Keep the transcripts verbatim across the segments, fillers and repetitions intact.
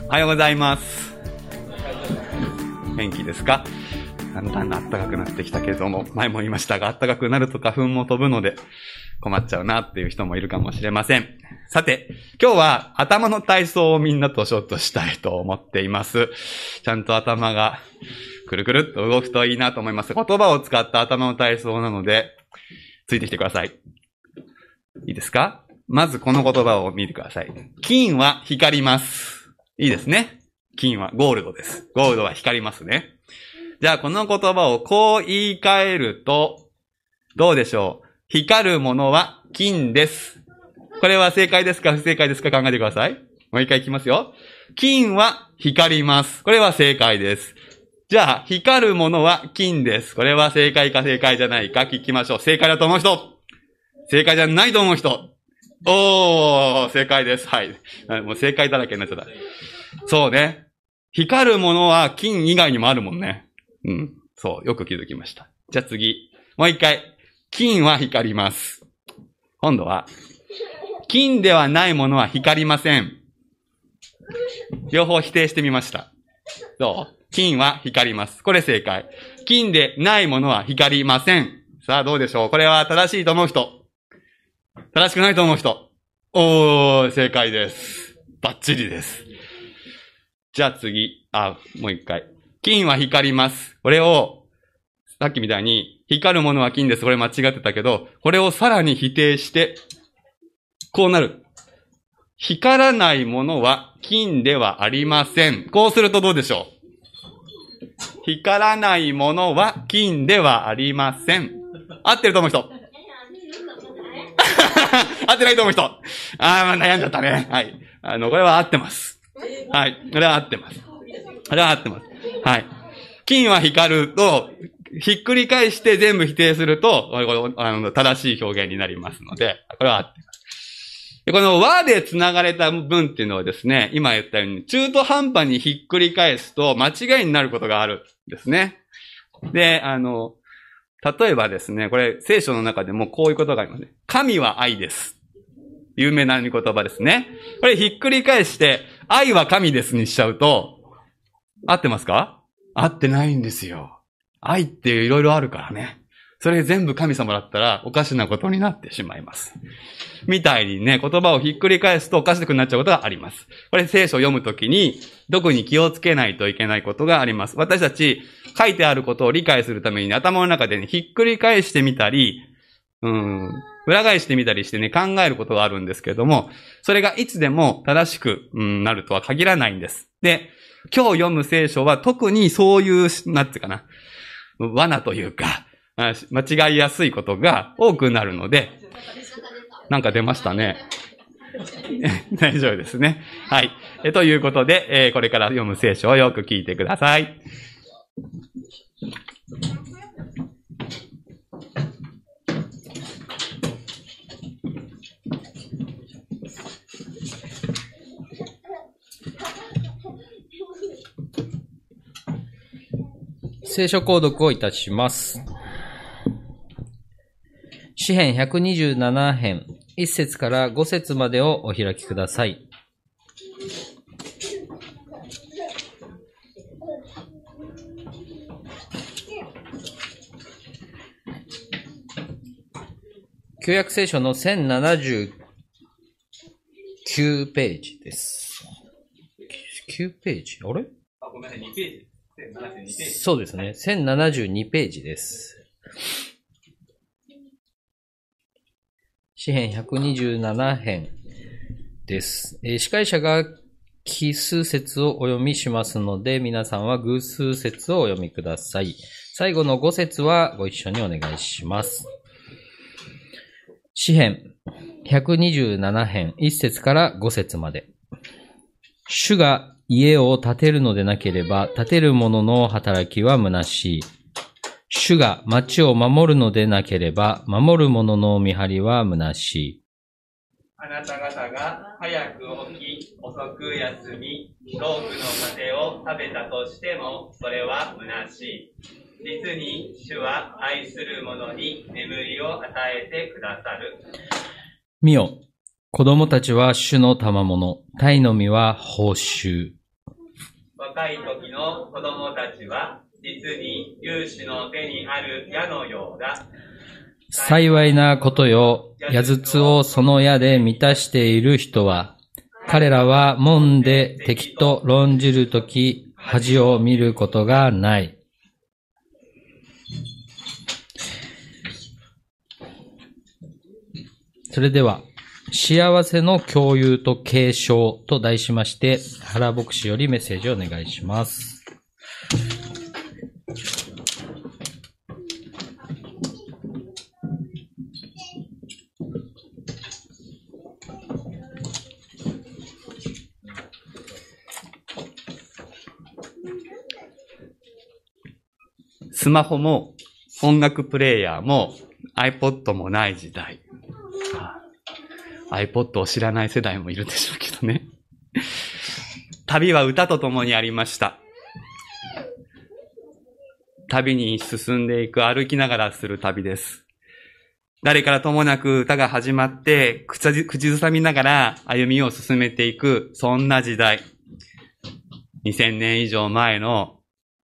おはようございます。元気ですか？だんだん暖かくなってきたけれども、前も言いましたが、暖かくなると花粉も飛ぶので困っちゃうなっていう人もいるかもしれません。さて、今日は頭の体操をみんなとちょっとしたいと思っています。ちゃんと頭がくるくるっと動くといいなと思います。言葉を使った頭の体操なので、ついてきてください。いいですか？まずこの言葉を見てください。金は光ります。いいですね。金はゴールドです。ゴールドは光りますね。じゃあこの言葉をこう言い換えると、どうでしょう？光るものは金です。これは正解ですか不正解ですか考えてください。もう一回いきますよ。金は光ります。これは正解です。じゃあ、光るものは金です。これは正解か正解じゃないか聞きましょう。正解だと思う人。正解じゃないと思う人。おー、正解です。はい。もう正解だらけになっちゃった。そうね。光るものは金以外にもあるもんね。うん。そう。よく気づきました。じゃあ次。もう一回。金は光ります。今度は、金ではないものは光りません。両方否定してみました。どう？金は光ります。これ正解。金でないものは光りません。さあどうでしょう？これは正しいと思う人。正しくないと思う人。おー、正解です。バッチリです。じゃあ次。あ、もう一回。金は光ります。これを、さっきみたいに、光るものは金です。これ間違ってたけど、これをさらに否定して、こうなる。光らないものは金ではありません。こうするとどうでしょう？光らないものは金ではありません。合ってると思う人。合ってないと思う人。ああ、悩んじゃったね。はい。あの、これは合ってます。はい。これは合ってます。これは合ってます。はい。金は光ると、ひっくり返して全部否定すると、あの正しい表現になりますので、これは合ってます。でこの和で繋がれた文っていうのはですね、今言ったように中途半端にひっくり返すと間違いになることがあるんですね。で、あの、例えばですね、これ聖書の中でもこういうことがありますね。神は愛です。有名な言葉ですね。これひっくり返して、愛は神ですにしちゃうと、合ってますか？合ってないんですよ。愛っていろいろあるからね。それ全部神様だったらおかしなことになってしまいます。みたいにね、言葉をひっくり返すとおかしくなっちゃうことがあります。これ聖書を読むときに、特に気をつけないといけないことがあります。私たち、書いてあることを理解するために、ね、頭の中でね、ひっくり返してみたり、うん、裏返してみたりしてね、考えることがあるんですけれども、それがいつでも正しく、うん、なるとは限らないんです。で、今日読む聖書は特にそういう、なんていうかな、罠というか、間違いやすいことが多くなるので、なんか出ましたね。大丈夫ですね。はい。えということで、えー、これから読む聖書をよく聞いてください。 聖書購読をいたします。詩編ひゃくにじゅうなな編、いっ節からご節までをお開きください。旧約聖書のせんななじゅうきゅうページです。きゅうページあれあ、ごめんなさい、にページ。 そうですね。せんななじゅうにページです。詩編ひゃくにじゅうなな編です。えー、司会者が奇数節をお読みしますので、皆さんは偶数節をお読みください。最後のご節はご一緒にお願いします。詩編ひゃくにじゅうなな編いっ節からご節まで。主が家を建てるのでなければ、建てる者の働きは虚しい。主が町を守るのでなければ、守る者の見張りは虚しい。 あなた方が早く起き、遅く休み、多くの糧を食べたとしても、それは虚しい。実に主は愛する者に眠りを与えてくださる。 見よ、子供たちは主の賜物、鯛の実は報酬。 若い時の子供たちは、実に勇士の手にある矢のようだ。 幸いなことよ、矢筒をその矢で満たしている人は、彼らは門で敵と論じるとき、恥を見ることがない。それでは、幸せの共有と継承と題しまして、原牧師よりメッセージをお願いします。 スマホも音楽プレイヤーも iPod もない時代。iPod を知らない世代もいるでしょうけどね。旅は歌とともにありました。旅に進んでいく、歩きながらする旅です。誰からともなく歌が始まって、口ずさみながら歩みを進めていく、そんな時代。にせんねん以上前の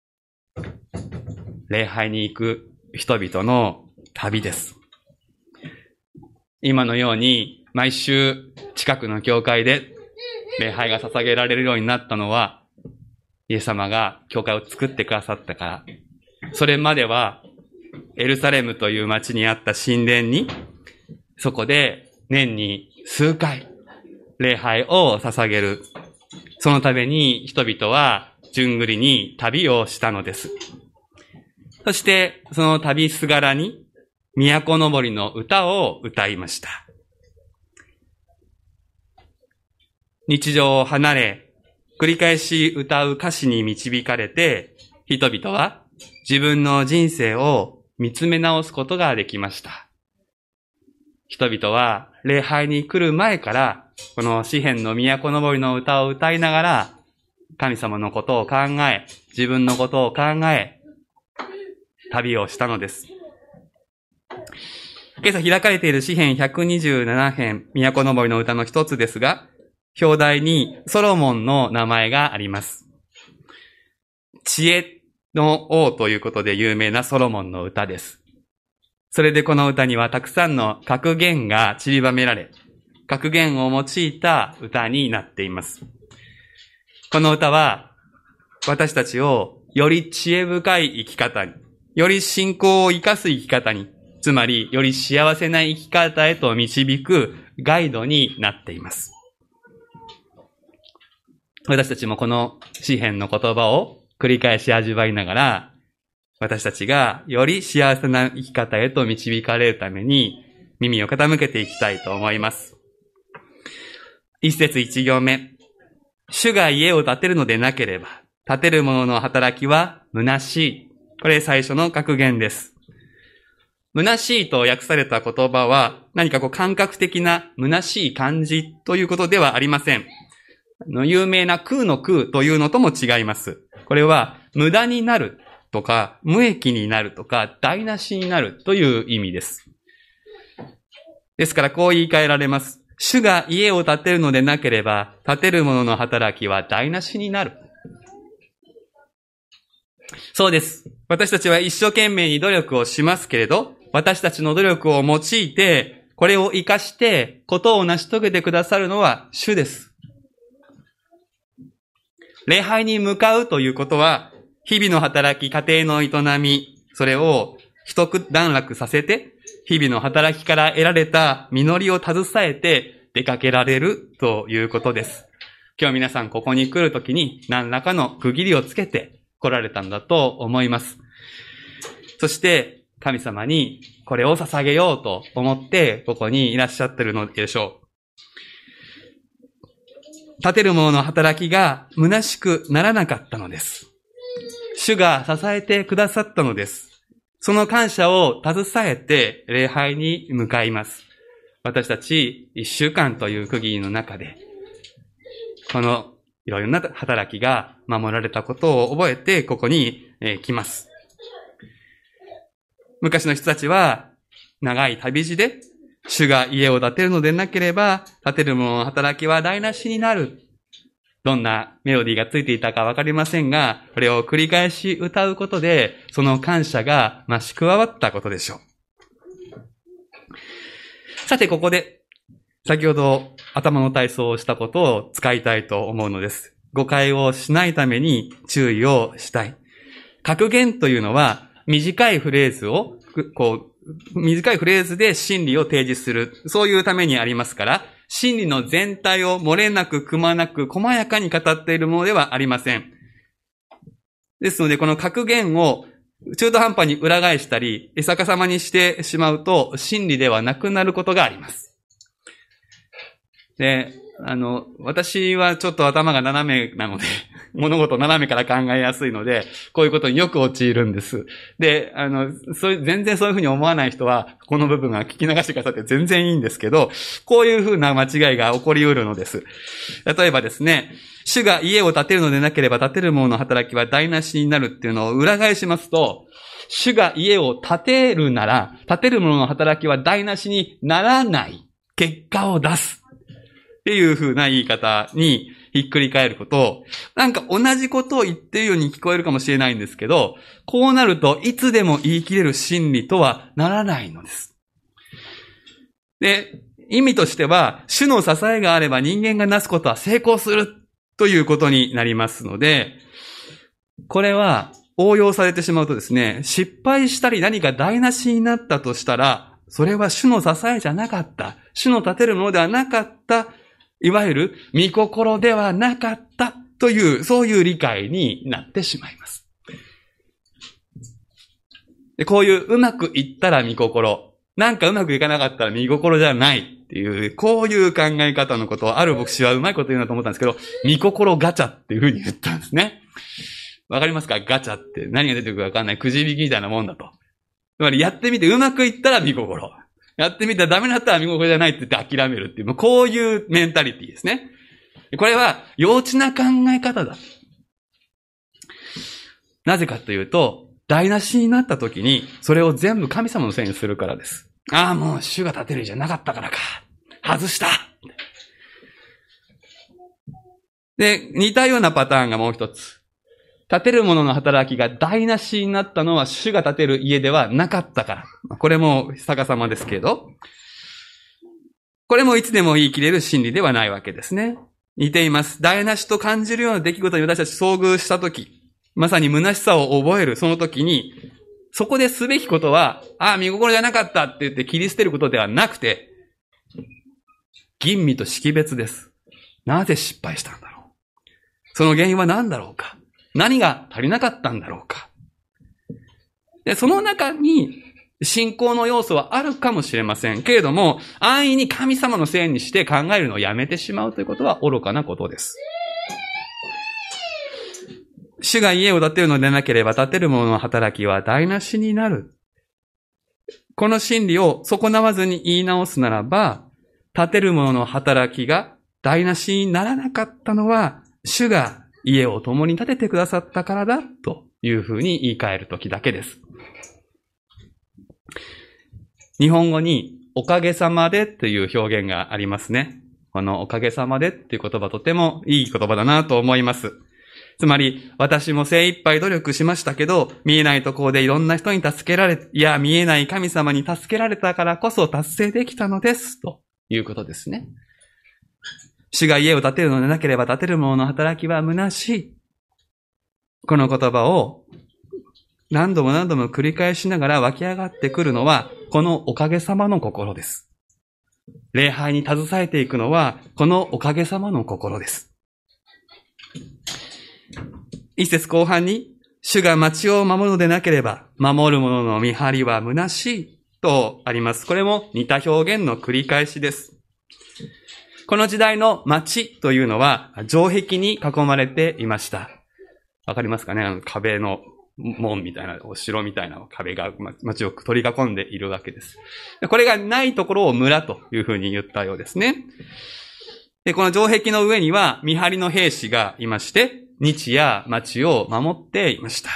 礼拝に行く人々の旅です。今のように、毎週近くの教会で礼拝が捧げられるようになったのは、イエス様が教会を作ってくださったから。それまではエルサレムという町にあった神殿に、そこで年に数回礼拝を捧げる。そのために人々は順繰りに旅をしたのです。そしてその旅すがらに都のぼりの歌を歌いました。日常を離れ、繰り返し歌う歌詞に導かれて、人々は自分の人生を見つめ直すことができました。人々は礼拝に来る前から、この詩篇の都のぼりの歌を歌いながら、神様のことを考え、自分のことを考え、旅をしたのです。今朝開かれている詩篇ひゃくにじゅうななへん、都のぼりの歌の一つですが、表題にソロモンの名前があります。知恵の王ということで有名なソロモンの歌です。それでこの歌にはたくさんの格言が散りばめられ、格言を用いた歌になっています。この歌は私たちをより知恵深い生き方に、より信仰を生かす生き方に、つまりより幸せな生き方へと導くガイドになっています。私たちもこの詩篇の言葉を繰り返し味わいながら、私たちがより幸せな生き方へと導かれるために耳を傾けていきたいと思います。一節一行目。主が家を建てるのでなければ、建てる者の働きは虚しい。これ最初の格言です。虚しいと訳された言葉は何かこう感覚的な虚しい感じということではありません。有名な空の空というのとも違います。これは無駄になるとか無益になるとか台無しになるという意味です。ですからこう言い換えられます。主が家を建てるのでなければ建てる者の働きは台無しになる。そうです。私たちは一生懸命に努力をしますけれど、私たちの努力を用いてこれを活かしてことを成し遂げてくださるのは主です。礼拝に向かうということは、日々の働き、家庭の営み、それを一段落させて、日々の働きから得られた実りを携えて出かけられるということです。今日皆さんここに来るときに何らかの区切りをつけて来られたんだと思います。そして神様にこれを捧げようと思ってここにいらっしゃってるのでしょう。建てる者の働きが虚しくならなかったのです。主が支えてくださったのです。その感謝を携えて礼拝に向かいます。私たち一週間という区切りの中で、このいろいろな働きが守られたことを覚えてここに来ます。昔の人たちは長い旅路で主が家を建てるのでなければ、建てる者の働きは台無しになる。 どんなメロディーがついていたかわかりませんが、これを繰り返し歌うことで、その感謝が増し加わったことでしょう。さて、ここで、先ほど頭の体操をしたことを使いたいと思うのです。誤解をしないために注意をしたい。格言というのは、短いフレーズを、こう、短いフレーズで真理を提示する。そういうためにありますから、真理の全体を漏れなく、くまなく、細やかに語っているものではありません。ですので、この格言を中途半端に裏返したり、逆さまにしてしまうと、真理ではなくなることがあります。で、あの、私はちょっと頭が斜めなので、物事を斜めから考えやすいので、こういうことによく陥るんです。で、あの、そういう、全然そういうふうに思わない人は、この部分が聞き流してくださって全然いいんですけど、こういうふうな間違いが起こり得るのです。例えばですね、主が家を建てるのでなければ建てる者の働きは台無しになるっていうのを裏返しますと、主が家を建てるなら、建てる者の働きは台無しにならない結果を出す。っていう風な言い方にひっくり返ることを、なんか同じことを言っているように聞こえるかもしれないんですけど、こうなるといつでも言い切れる真理とはならないのです。で、意味としては、主の支えがあれば人間がなすことは成功するということになりますので、これは応用されてしまうとですね、失敗したり何か台無しになったとしたら、それは主の支えじゃなかった、主の立てるものではなかった、いわゆる御心ではなかったという、そういう理解になってしまいます。で、こういううまくいったら御心、なんかうまくいかなかったら御心じゃないっていう、こういう考え方のことをある牧師はうまいこと言うなと思ったんですけど、御心ガチャっていうふうに言ったんですね。わかりますか？ガチャって何が出てくるかわかんないくじ引きみたいなもんだと。つまりやってみてうまくいったら御心。やってみたらダメだったら見心じゃないって言って諦めるっていう、もうこういうメンタリティですね。これは幼稚な考え方だ。なぜかというと、台無しになった時に、それを全部神様のせいにするからです。ああ、もう主が立てるじゃなかったからか。外した。で、似たようなパターンがもう一つ。立てる者の働きが台無しになったのは主が建てる家ではなかったから。これも逆さまですけど、これもいつでも言い切れる真理ではないわけですね。似ています。台無しと感じるような出来事に私たち遭遇したとき、まさに虚しさを覚えるその時に、そこですべきことは、ああ、見心じゃなかったって言って切り捨てることではなくて、吟味と識別です。なぜ失敗したんだろう。その原因は何だろうか。何が足りなかったんだろうか。で、その中に信仰の要素はあるかもしれませんけれども、安易に神様のせいにして考えるのをやめてしまうということは愚かなことです。主が家を建てるのでなければ建てる者の働きは台無しになる。この真理を損なわずに言い直すならば、建てる者の働きが台無しにならなかったのは、主が家を共に建ててくださったからだというふうに言い換えるときだけです。日本語におかげさまでという表現がありますね。このおかげさまでっていう言葉とてもいい言葉だなと思います。つまり私も精一杯努力しましたけど、見えないところでいろんな人に助けられ、いや見えない神様に助けられたからこそ達成できたのですということですね。主が家を建てるのでなければ建てる者の働きは虚しい。この言葉を何度も何度も繰り返しながら湧き上がってくるのは、このおかげさまの心です。礼拝に携えていくのは、このおかげさまの心です。一節後半に、主が町を守るのでなければ、守る者の見張りは虚しいとあります。これも似た表現の繰り返しです。この時代の町というのは城壁に囲まれていました。わかりますかね？あの壁の門みたいな、お城みたいな壁が町を取り囲んでいるわけです。これがないところを村というふうに言ったようですね。で、この城壁の上には見張りの兵士がいまして、日夜町を守っていました。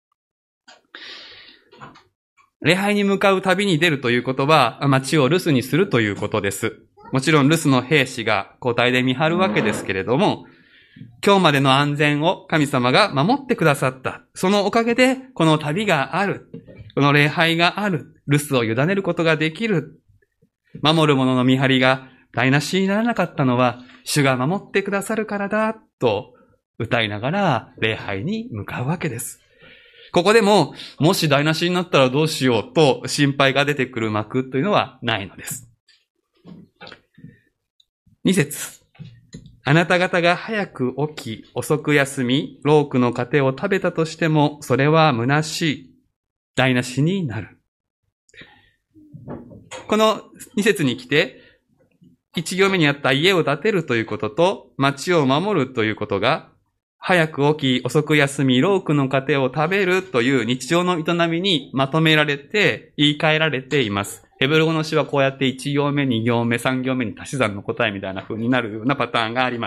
礼拝に向かう旅に出るということは、町を留守にするということです。もちろん留守の兵士が交代で見張るわけですけれども、 今日までの安全を神様が守ってくださった。そのおかげで、この旅がある。この礼拝がある。留守を委ねることができる。守る者の見張りが台無しにならなかったのは、主が守ってくださるからだ、と歌いながら礼拝に向かうわけです。ここでも、もし台無しになったらどうしようと心配が出てくる幕というのはないのです。二節。あなた方が早く起き、遅く休み、労苦の糧を食べたとしても、それは虚しい、台無しになる。この二節に来て、一行目にあった家を建てるということと、町を守るということが、早く起き、遅く休み、労苦の糧を食べるという日常の営みにまとめられて、言い換えられています。ヘブル語の詩はこうやって一行目、二行目、三行目に足し算の答えみたいな風になるようなパターンがあります。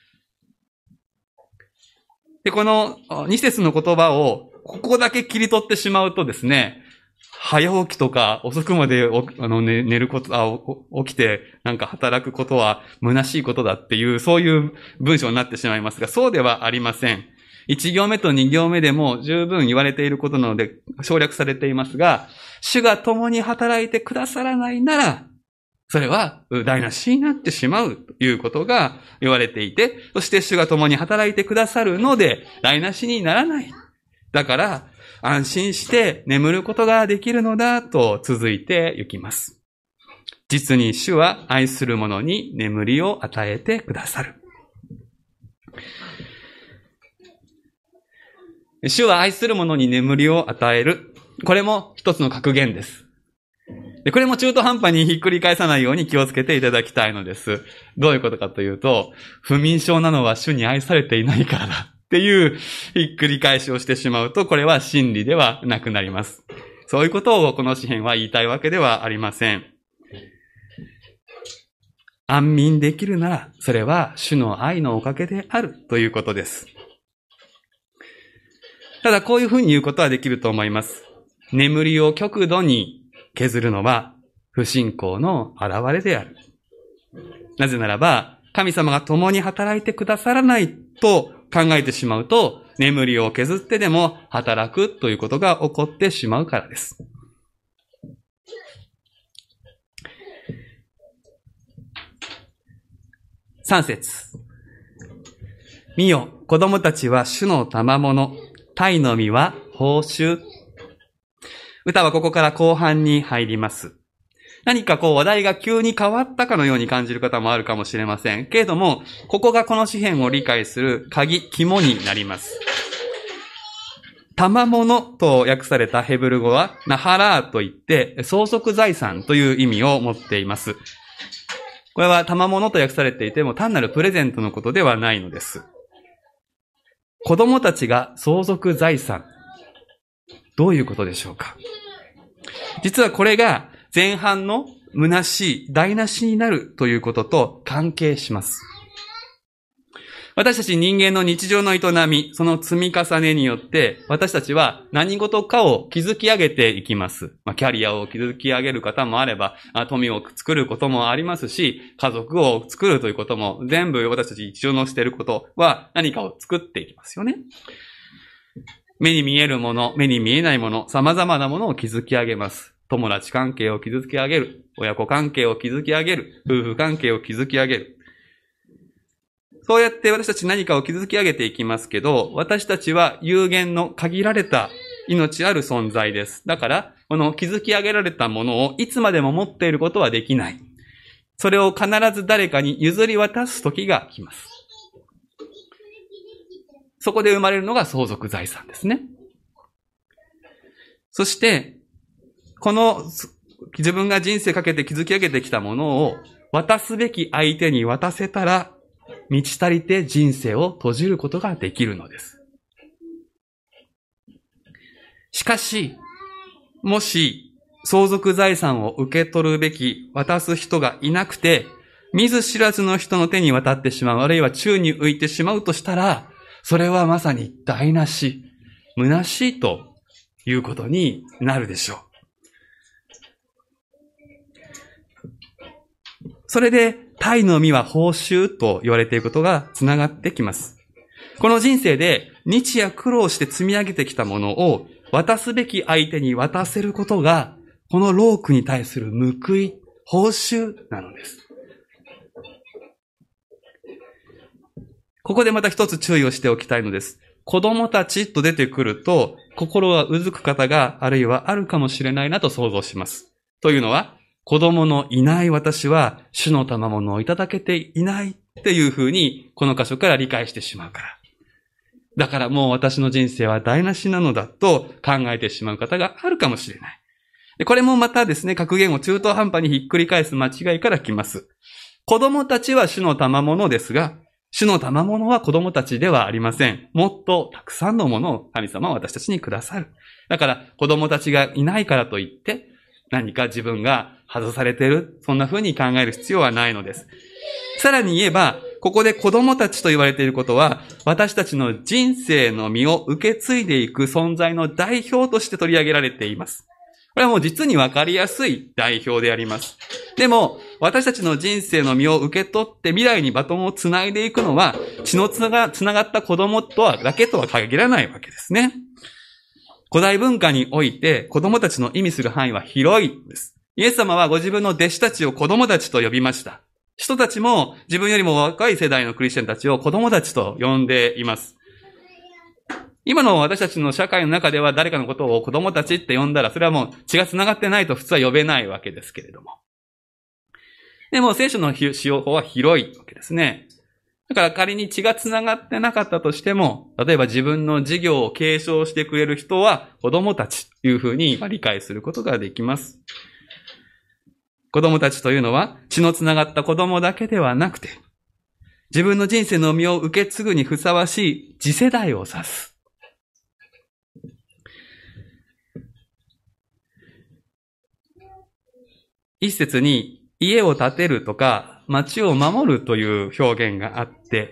で、この二節の言葉を、ここだけ切り取ってしまうとですね、早起きとか遅くまであの、ね、寝ること、あ、起きてなんか働くことは虚しいことだっていう、そういう文章になってしまいますが、そうではありません。一行目と二行目でも十分言われていることなので省略されていますが、主が共に働いてくださらないなら、それは台無しになってしまうということが言われていて、そして主が共に働いてくださるので台無しにならない。だから、安心して眠ることができるのだと続いてゆきます。実に主は愛する者に眠りを与えてくださる。主は愛する者に眠りを与える。これも一つの格言です。で、これも中途半端にひっくり返さないように気をつけていただきたいのです。どういうことかというと、不眠症なのは主に愛されていないからだ。っていうひっくり返しをしてしまうと、これは真理ではなくなります。そういうことをこの詩編は言いたいわけではありません。安眠できるなら、それは主の愛のおかげであるということです。ただこういうふうに言うことはできると思います。眠りを極度に削るのは不信仰の現れである。なぜならば、神様が共に働いてくださらないと考えてしまうと、眠りを削ってでも働くということが起こってしまうからです。三節。見よ、子供たちは主の賜物、鯛の実は報酬。歌はここから後半に入ります。何かこう話題が急に変わったかのように感じる方もあるかもしれません。けれども、ここがこの詩編を理解する鍵、肝になります。賜物と訳されたヘブル語はナハラーといって相続財産という意味を持っています。これは賜物と訳されていても単なるプレゼントのことではないのです。子供たちが相続財産。どういうことでしょうか。実はこれが前半の虚しい、台無しになるということと関係します。私たち人間の日常の営み、その積み重ねによって、私たちは何事かを築き上げていきます。まあ、キャリアを築き上げる方もあれば、富を作ることもありますし、家族を作るということも、全部私たち日常のしていることは何かを作っていきますよね。目に見えるもの、目に見えないもの、様々なものを築き上げます。友達関係を築き上げる。親子関係を築き上げる。夫婦関係を築き上げる。そうやって私たち何かを築き上げていきますけど、私たちは有限の限られた命ある存在です。だから、この築き上げられたものをいつまでも持っていることはできない。それを必ず誰かに譲り渡す時が来ます。そこで生まれるのが相続財産ですね。そして、この自分が人生かけて築き上げてきたものを渡すべき相手に渡せたら、満ち足りて人生を閉じることができるのです。しかし、もし相続財産を受け取るべき渡す人がいなくて、見ず知らずの人の手に渡ってしまう、あるいは宙に浮いてしまうとしたら、それはまさに台無し、虚しいということになるでしょう。それで、 鯛の実は報酬と言われていることがつながってきます。この人生で日夜苦労して積み上げてきたものを渡すべき相手に渡せることが、この労苦に対する報い、報酬なのです。ここでまた一つ注意をしておきたいのです。子供たちと出てくると、心がうずく方があるいはあるかもしれないなと想像します。というのは、子供のいない私は主の賜物をいただけていないっていうふうにこの箇所から理解してしまうから。だからもう私の人生は台無しなのだと考えてしまう方があるかもしれない。でこれもまたですね、格言を中途半端にひっくり返す間違いから来ます。子供たちは主の賜物ですが、主の賜物は子供たちではありません。もっとたくさんのものを神様は私たちにくださる。だから子供たちがいないからといって何か自分が外されている、そんな風に考える必要はないのです。さらに言えば、ここで子供たちと言われていることは、私たちの人生の実を受け継いでいく存在の代表として取り上げられています。これはもう実にわかりやすい代表であります。でも、私たちの人生の実を受け取って未来にバトンをつないでいくのは、血のつなが、つながった子供とは、だけとは限らないわけですね。古代文化において子供たちの意味する範囲は広いです。イエス様はご自分の弟子たちを子供たちと呼びました。人たちも自分よりも若い世代のクリスチャンたちを子供たちと呼んでいます。今の私たちの社会の中では誰かのことを子供たちって呼んだら、それはもう血が繋がってないと普通は呼べないわけですけれども。でも聖書の使用法は広いわけですね。だから仮に血が繋がってなかったとしても、例えば自分の事業を継承してくれる人は子供たちというふうに理解することができます。子供たちというのは血の繋がった子供だけではなくて、自分の人生の実を受け継ぐにふさわしい次世代を指す。一節に家を建てるとか町を守るという表現があって、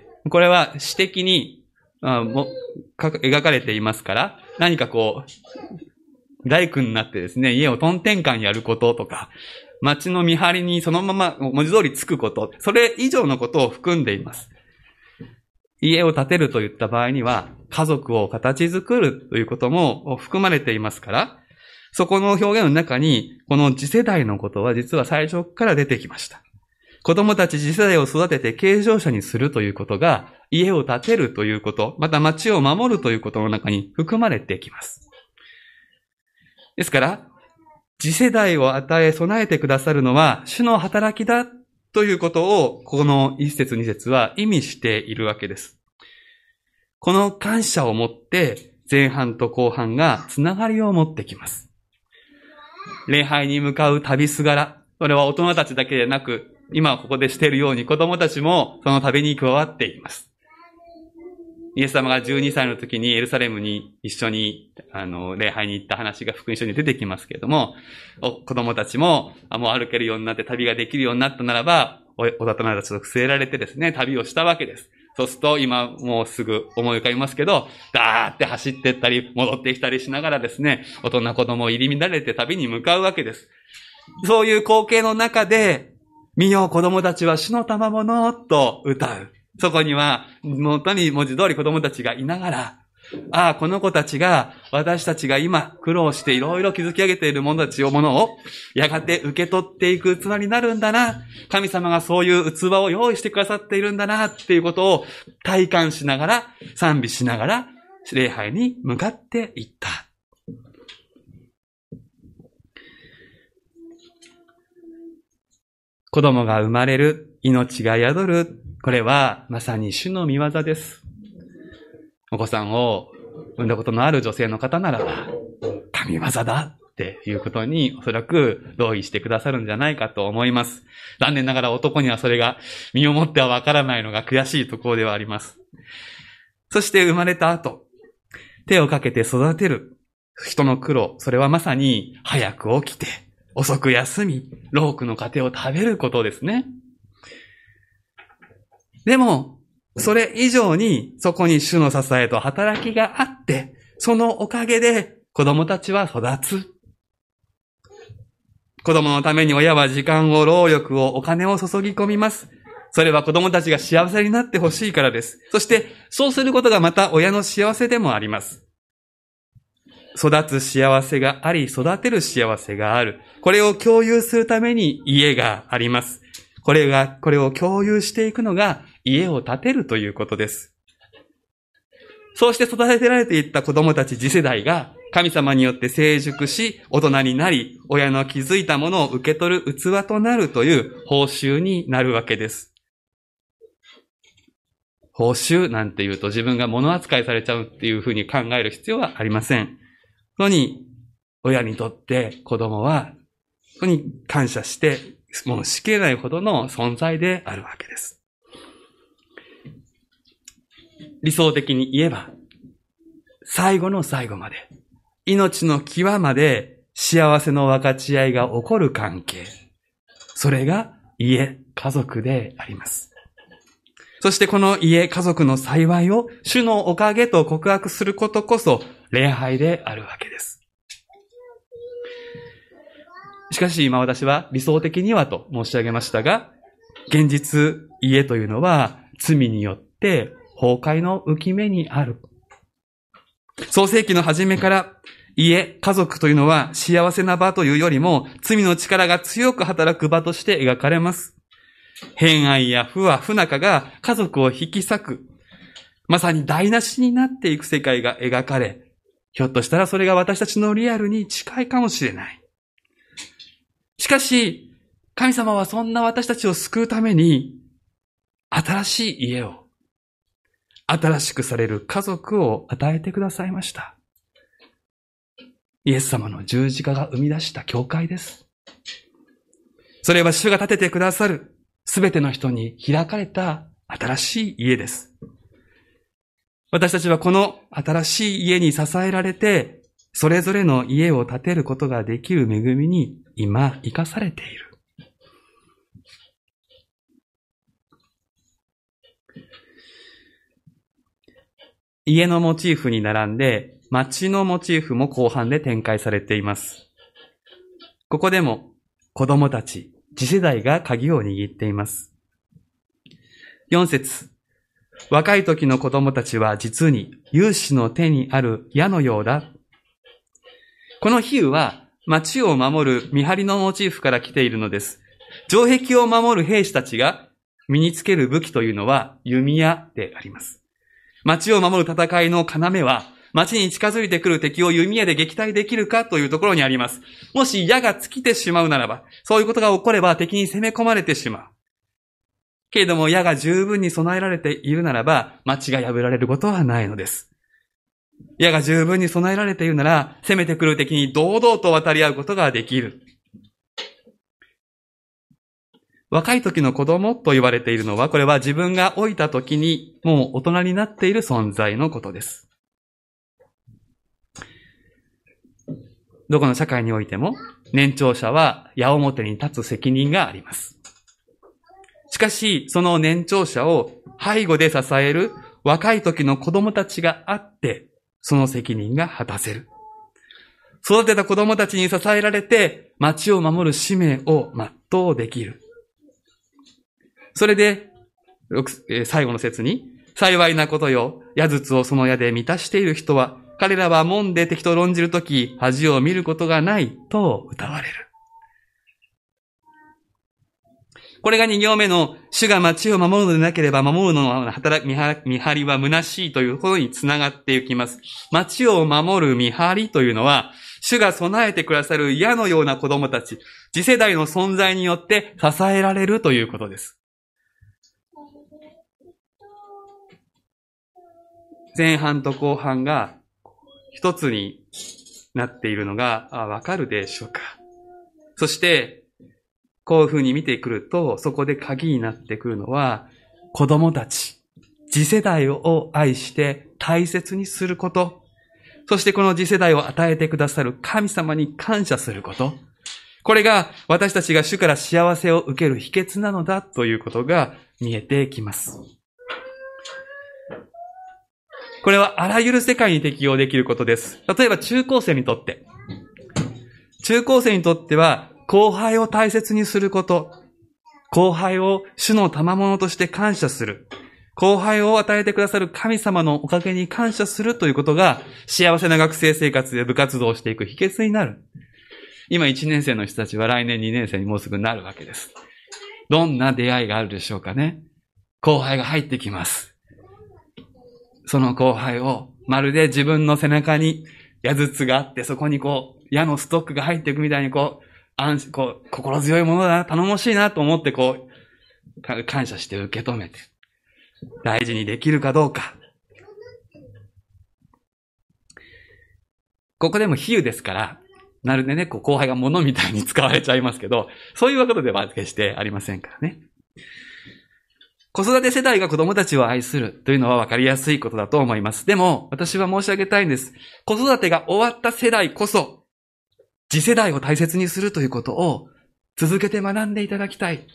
これは詩的にあも描かれていますから、何かこう大工になってですね、家をトンテンカンやることとか、町の見張りにそのまま文字通りつくこと、それ以上のことを含んでいます。家を建てるといった場合には、家族を形作るということも含まれていますから、そこの表現の中に、この次世代のことは実は最初から出てきました。子供たち次世代を育てて継承者にするということが、家を建てるということ、また町を守るということの中に含まれてきます。ですから、次世代を与え備えてくださるのは主の働きだということを、この一節二節は意味しているわけです。この感謝をもって前半と後半がつながりを持ってきます。礼拝に向かう旅すがら、それは大人たちだけでなく、今ここでしているように子供たちもその旅に加わっています。イエス様がじゅうにさいの時にエルサレムに一緒にあの礼拝に行った話が福音書に出てきますけれども、子供たちももう歩けるようになって旅ができるようになったならば、大人たちと据えられてですね、旅をしたわけです。そうすると今もうすぐ思い浮かびますけど、ダーって走ってったり戻ってきたりしながらですね、大人子供入り乱れて旅に向かうわけです。そういう光景の中で、見よ子供たちは主の賜物と歌う。そこには、本当に文字通り子供たちがいながら、ああ、この子たちが、私たちが今苦労していろいろ築き上げている者たちを、ものを、やがて受け取っていく器になるんだな。神様がそういう器を用意してくださっているんだな、っていうことを体感しながら、賛美しながら、礼拝に向かっていった。子供が生まれる、命が宿る、これはまさに主の御業です。お子さんを産んだことのある女性の方ならば、神業だっていうことにおそらく同意してくださるんじゃないかと思います。残念ながら男にはそれが身をもってはわからないのが悔しいところではあります。そして生まれた後、手をかけて育てる人の苦労、それはまさに早く起きて、遅く休み、労苦の糧を食べることですね。でも、それ以上にそこに主の支えと働きがあって、そのおかげで子供たちは育つ。子供のために親は時間を、労力を、お金を注ぎ込みます。 それは子供たちが幸せになってほしいからです。そして、そうすることがまた親の幸せでもあります。育つ幸せがあり、育てる幸せがある。これを共有するために家があります。これが、これを共有していくのが家を建てるということです。そうして育てられていった子供たち次世代が神様によって成熟し、大人になり、親の築いたものを受け取る器となるという報酬になるわけです。報酬なんて言うと自分が物扱いされちゃうっていうふうに考える必要はありません。本当に親にとって子供は本当に感謝してもうしきれないほどの存在であるわけです。理想的に言えば最後の最後まで命の際まで幸せの分かち合いが起こる関係。それが家、家族であります。そしてこの家、家族の幸いを主のおかげと告白することこそ礼拝であるわけです。しかし今私は理想的にはと申し上げましたが、現実家というのは罪によって崩壊の浮き目にある。創世記の初めから家、家族というのは幸せな場というよりも罪の力が強く働く場として描かれます。偏愛や不和、不仲が家族を引き裂く。まさに台無しになっていく世界が描かれ、ひょっとしたらそれが私たちのリアルに近いかもしれない。しかし、神様はそんな私たちを救うために、新しい家を、新しくされる家族を与えてくださいました。イエス様の十字架が生み出した教会です。それは主が建ててくださるすべての人に開かれた新しい家です。私たちはこの新しい家に支えられて、それぞれの家を建てることができる恵みに今生かされている。家のモチーフに並んで、街のモチーフも後半で展開されています。ここでも子供たち、次世代が鍵を握っています。四節。若い時の子供たちは実に勇士の手にある矢のようだ。この比喩は町を守る見張りのモチーフから来ているのです。城壁を守る兵士たちが身につける武器というのは弓矢であります。町を守る戦いの要は町に近づいてくる敵を弓矢で撃退できるかというところにあります。もし矢が尽きてしまうならば、そういうことが起これば敵に攻め込まれてしまう。けれども矢が十分に備えられているならば、町が破られることはないのです。矢が十分に備えられているなら、攻めてくる敵に堂々と渡り合うことができる。若い時の子供と言われているのは、これは自分が老いた時にもう大人になっている存在のことです。どこの社会においても、年長者は矢面に立つ責任があります。しかし、その年長者を背後で支える若い時の子供たちがあって、その責任が果たせる。育てた子供たちに支えられて、町を守る使命を全うできる。それで、最後の節に、幸いなことよ、矢筒をその矢で満たしている人は、彼らは門で敵と論じるとき、恥を見ることがないと歌われる。これがに行目の、主が町を守るのでなければ守るのの働き、見張りは虚しいということにつながっていきます。町を守る見張りというのは、主が備えてくださる矢のような子供たち、次世代の存在によって支えられるということです。前半と後半が一つになっているのがわかるでしょうか。そして、こういうふうに見てくると、そこで鍵になってくるのは、子供たち、次世代を愛して大切にすること、そしてこの次世代を与えてくださる神様に感謝すること、これが私たちが主から幸せを受ける秘訣なのだということが見えてきます。これはあらゆる世界に適用できることです。例えば中高生にとって。中高生にとっては後輩を大切にすること。 後輩を主の賜物として感謝する。後輩を与えてくださる神様のおかげに感謝するということが幸せな学生生活で部活動をしていく秘訣になる。今いちねん生の人たちは来年にねん生にもうすぐなるわけです。どんな出会いがあるでしょうかね。後輩が入ってきます。その後輩をまるで自分の背中に矢筒があってそこにこう矢のストックが入っていくみたいにこう、安こう心強いものだな、頼もしいなと思ってこう感謝して受け止めて大事にできるかどうか。ここでも比喩ですから、なるでね、こう後輩が物みたいに使われちゃいますけど、そういうことでは決してありませんからね。子育て世代が子供たちを愛するというのは分かりやすいことだと思います。でも、私は申し上げたいんです。子育てが終わった世代こそ、次世代を大切にするということを続けて学んでいただきたい。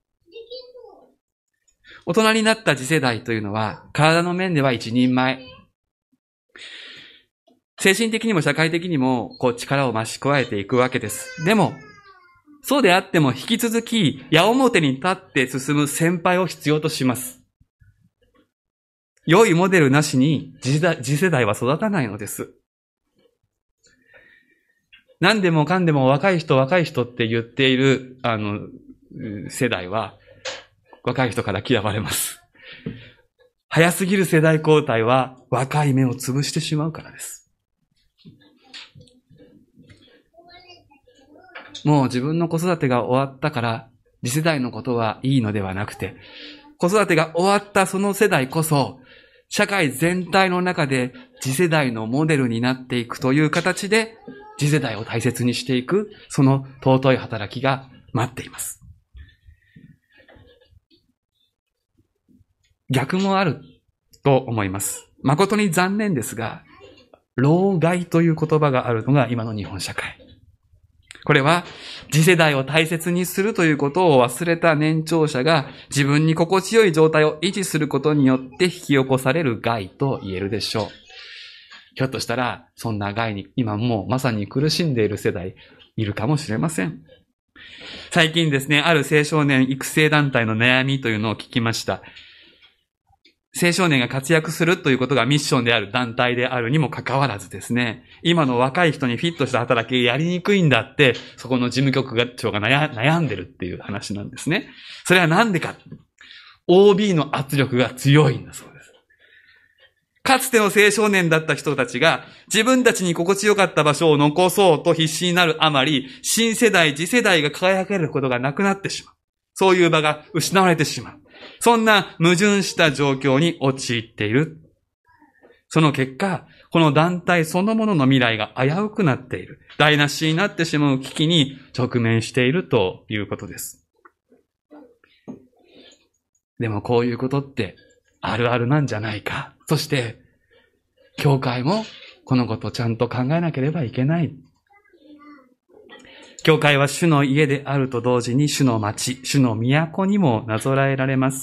大人になった次世代というのは、体の面では一人前。精神的にも社会的にも、こう力を増し加えていくわけです。でも、そうであっても引き続き、矢面に立って進む先輩を必要とします。良いモデルなしに次世代は育たないのです。何でもかんでも若い人若い人って言っている、あの、世代は、若い人から嫌われます。早すぎる世代交代は若い芽を潰してしまうからです。もう自分の子育てが終わったから次世代のことはいいのではなくて、子育てが終わったその世代こそ社会全体の中で次世代のモデルになっていくという形で次世代を大切にしていく、その尊い働きが待っています。逆もあると思います。誠に残念ですが、老害という言葉があるのが今の日本社会。これは次世代を大切にするということを忘れた年長者が自分に心地よい状態を維持することによって引き起こされる害と言えるでしょう。ひょっとしたらそんな害に今もうまさに苦しんでいる世代いるかもしれません。最近ですね、ある青少年育成団体の悩みというのを聞きました。青少年が活躍するということがミッションである団体であるにもかかわらずですね、今の若い人にフィットした働きやりにくいんだって、そこの事務局長が悩んでるっていう話なんですね。それはなんでか。オービー の圧力が強いんだそうです。かつての青少年だった人たちが自分たちに心地よかった場所を残そうと必死になるあまり、新世代、次世代が輝けることがなくなってしまう。そういう場が失われてしまう。そんな矛盾した状況に陥っている。その結果、この団体そのものの未来が危うくなっている。台無しになってしまう危機に直面しているということです。でもこういうことってあるあるなんじゃないか。そして、教会もこのことをちゃんと考えなければいけない。教会は主の家であると同時に主の町、主の都にもなぞらえられます。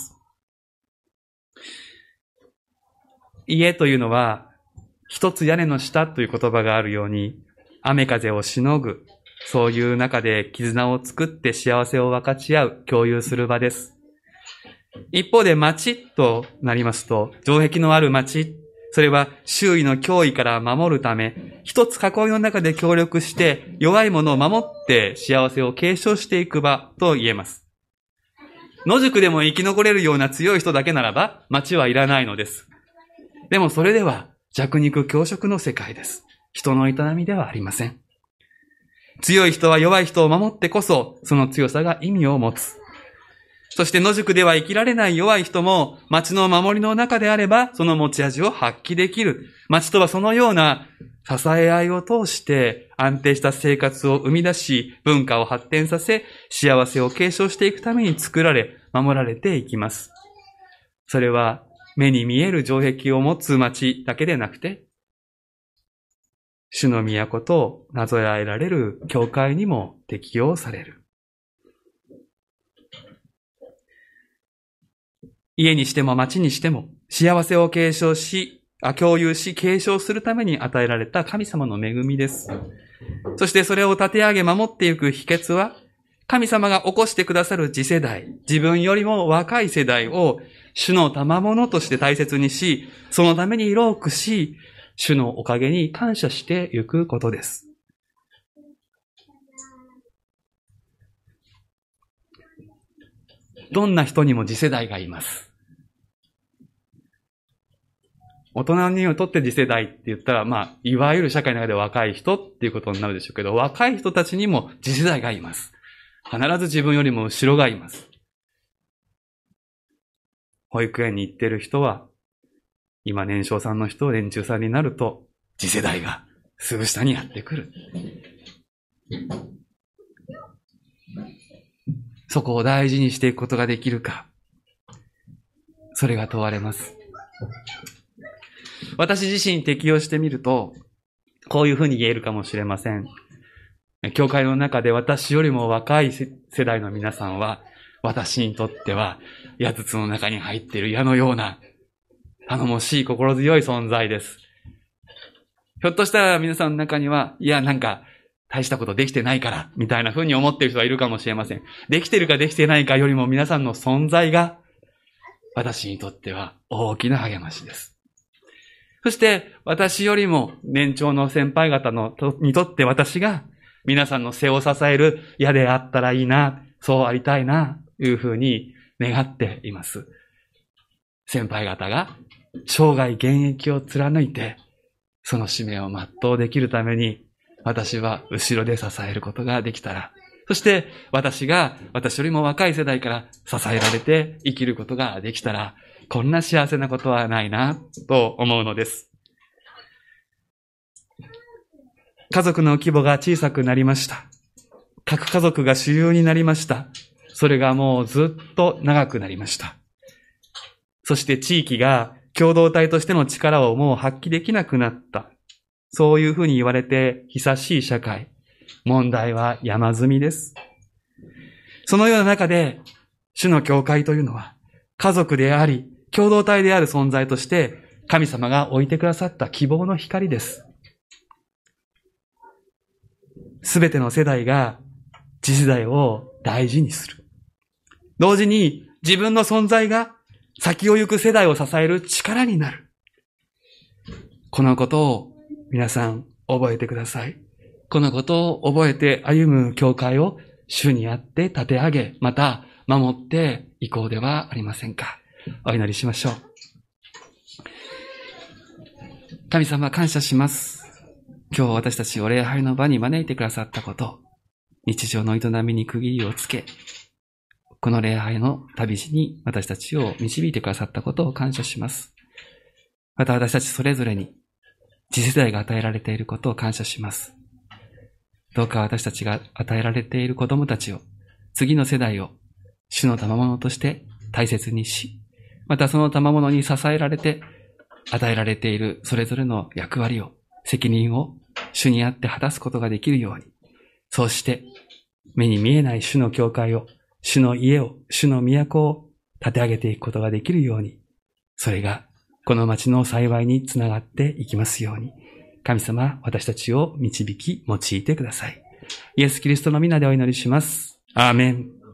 家というのは、一つ屋根の下という言葉があるように、雨風をしのぐ、そういう中で絆を作って幸せを分かち合う、共有する場です。一方で町となりますと、城壁のある町、それは周囲の脅威から守るため、一つ囲いの中で協力して弱い者を守って幸せを継承していく場と言えます。野宿でも生き残れるような強い人だけならば、町はいらないのです。でもそれでは弱肉強食の世界です。人の営みではありません。強い人は弱い人を守ってこそ、その強さが意味を持つ。そして野宿では生きられない弱い人も町の守りの中であればその持ち味を発揮できる。町とはそのような支え合いを通して安定した生活を生み出し、文化を発展させ、幸せを継承していくために作られ、守られていきます。それは目に見える城壁を持つ町だけでなくて、主の都となぞらえられる教会にも適用される。家にしても町にしても幸せを継承し、共有し継承するために与えられた神様の恵みです。そしてそれを立て上げ守っていく秘訣は、 神様が起こしてくださる次世代、自分よりも若い世代を主の賜物として大切にし、そのために色をくし、主のおかげに感謝してゆくことです。どんな人にも次世代がいます。大人にとって次世代って言ったら、まあ、いわゆる社会の中で若い人っていうことになるでしょうけど、若い人たちにも次世代がいます。必ず自分よりも後ろがいます。保育園に行ってる人は、今年少さんの人、年中さんになると、次世代がすぐ下にやってくる。そこを大事にしていくことができるか。それが問われます。私自身適用してみると、こういうふうに言えるかもしれません。教会の中で私よりも若い世代の皆さんは、私にとっては、矢筒の中に入っている矢のような、頼もしい心強い存在です。ひょっとしたら皆さんの中には、いや、なんか、大したことできてないから、みたいな風に思っている人がいるかもしれません。できてるかできてないかよりも皆さんの存在が、私にとっては大きな励ましです。そして、私よりも年長の先輩方のとにとって私が、皆さんの背を支える矢であったらいいな、そうありたいな、という風に願っています。先輩方が生涯現役を貫いて、その使命を全うできるために、私は後ろで支えることができたら、そして私が私よりも若い世代から支えられて生きることができたら、こんな幸せなことはないな、と思うのです。家族の規模が小さくなりました。核家族が主流になりました。それがもうずっと長くなりました。そして地域が共同体としての力をもう発揮できなくなった。そういうふうに言われて久しい社会。問題は山積みです。そのような中で、主の教会というのは家族であり、共同体である存在として神様が置いてくださった希望の光です。すべての世代が次世代を大事にする。同時に自分の存在が先を行く世代を支える力になる。このことを皆さん覚えてください。このことを覚えて歩む教会を主にあって立て上げ、また守っていこうではありませんか。お祈りしましょう。神様感謝します。今日私たちを礼拝の場に招いてくださったこと、日常の営みに区切りをつけ、この礼拝の旅路に私たちを導いてくださったことを感謝します。また私たちそれぞれに次世代が与えられていることを感謝します。どうか私たちが与えられている子供たちを、次の世代を主の賜物として大切にし、またその賜物に支えられて与えられているそれぞれの役割を、責任を主にあって果たすことができるように、そうして目に見えない主の教会を、主の家を、主の都を立て上げていくことができるように、それがこの町の幸いにつながっていきますように、神様、私たちを導き用いてください。イエス・キリストの皆でお祈りします。アーメン。